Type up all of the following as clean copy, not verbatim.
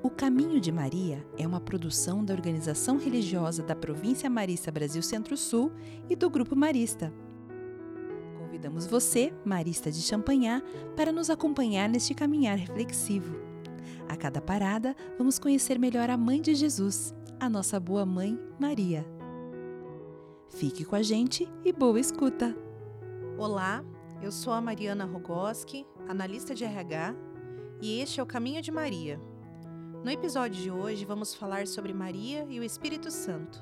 O Caminho de Maria é uma produção da Organização Religiosa da Província Marista Brasil Centro-Sul e do Grupo Marista. Convidamos você, marista de Champanhar, para nos acompanhar neste caminhar reflexivo. A cada parada, vamos conhecer melhor a Mãe de Jesus, a nossa boa mãe, Maria. Fique com a gente e boa escuta! Olá, eu sou a Mariana Rogoski, analista de RH, e este é o Caminho de Maria. No episódio de hoje, vamos falar sobre Maria e o Espírito Santo.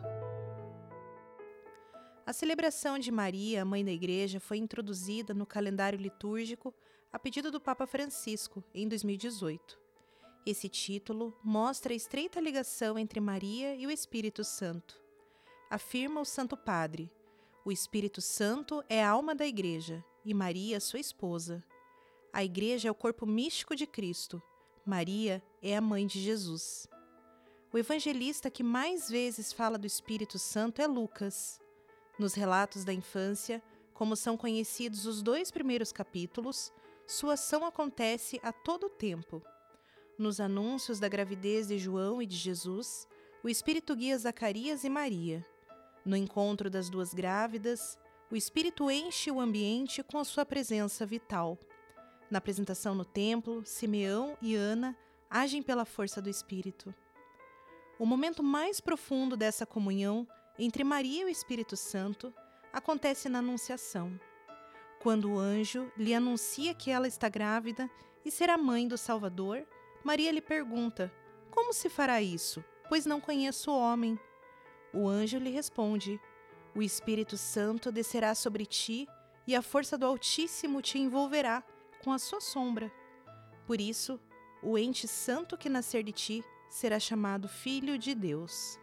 A celebração de Maria, Mãe da Igreja, foi introduzida no calendário litúrgico a pedido do Papa Francisco, em 2018. Esse título mostra a estreita ligação entre Maria e o Espírito Santo. Afirma o Santo Padre: o Espírito Santo é a alma da Igreja e Maria, sua esposa. A Igreja é o corpo místico de Cristo. Maria é a mãe de Jesus. O evangelista que mais vezes fala do Espírito Santo é Lucas. Nos relatos da infância, como são conhecidos os 2 primeiros capítulos, sua ação acontece a todo tempo. Nos anúncios da gravidez de João e de Jesus, o Espírito guia Zacarias e Maria. No encontro das duas grávidas, o Espírito enche o ambiente com a sua presença vital. Na apresentação no templo, Simeão e Ana agem pela força do Espírito. O momento mais profundo dessa comunhão entre Maria e o Espírito Santo acontece na Anunciação, quando o anjo lhe anuncia que ela está grávida e será mãe do Salvador. Maria lhe pergunta: como se fará isso, pois não conheço o homem? O anjo lhe responde: o Espírito Santo descerá sobre ti e a força do Altíssimo te envolverá com a sua sombra. Por isso, o ente santo que nascer de ti será chamado Filho de Deus.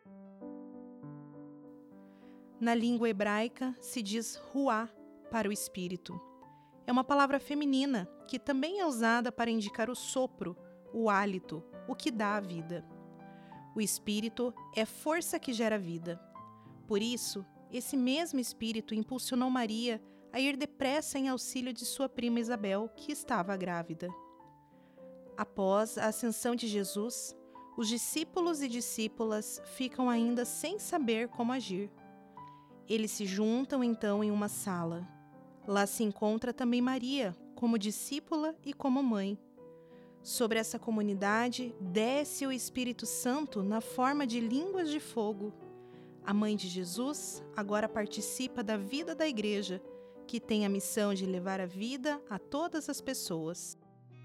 Na língua hebraica se diz ruá para o Espírito. É uma palavra feminina que também é usada para indicar o sopro, o hálito, o que dá a vida. O Espírito é força que gera vida. Por isso, esse mesmo Espírito impulsionou Maria a ir depressa em auxílio de sua prima Isabel, que estava grávida. Após a ascensão de Jesus, os discípulos e discípulas ficam ainda sem saber como agir. Eles se juntam então em uma sala. Lá se encontra também Maria, como discípula e como mãe. Sobre essa comunidade desce o Espírito Santo na forma de línguas de fogo. A mãe de Jesus agora participa da vida da Igreja, que tem a missão de levar a vida a todas as pessoas.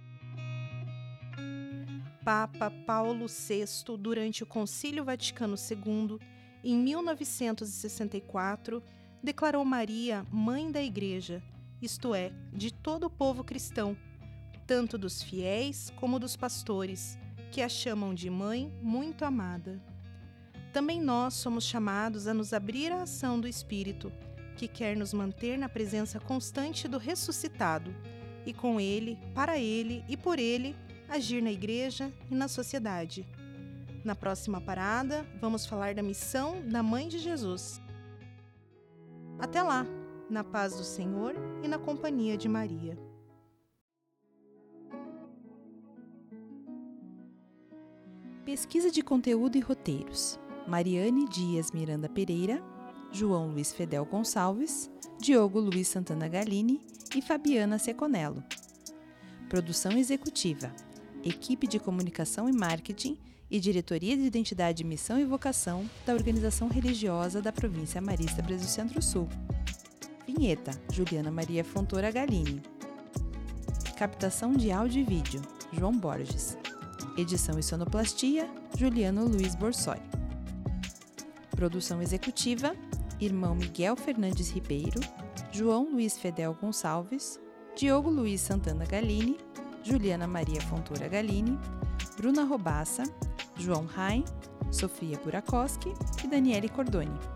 Papa Paulo VI, durante o Concílio Vaticano II, em 1964, declarou Maria Mãe da Igreja, isto é, de todo o povo cristão, tanto dos fiéis como dos pastores, que a chamam de Mãe muito amada. Também nós somos chamados a nos abrir à ação do Espírito, que quer nos manter na presença constante do ressuscitado, e com ele, para ele e por ele, agir na Igreja e na sociedade. Na próxima parada, vamos falar da missão da Mãe de Jesus. Até lá, na paz do Senhor e na companhia de Maria. Pesquisa de conteúdo e roteiros: Mariane Dias Miranda Pereira, João Luiz Fedel Gonçalves, Diogo Luiz Santana Galini e Fabiana Seconello. Produção executiva: Equipe de Comunicação e Marketing e Diretoria de Identidade, Missão e Vocação da Organização Religiosa da Província Marista Brasil Centro-Sul. Vinheta: Juliana Maria Fontoura Galini. Captação de áudio e vídeo: João Borges. Edição e sonoplastia: Juliano Luiz Borsoi. Produção executiva: Irmão Miguel Fernandes Ribeiro, João Luiz Fedel Gonçalves, Diogo Luiz Santana Galini, Juliana Maria Fontoura Galini, Bruna Robassa, João Rain, Sofia Burakoski e Daniele Cordoni.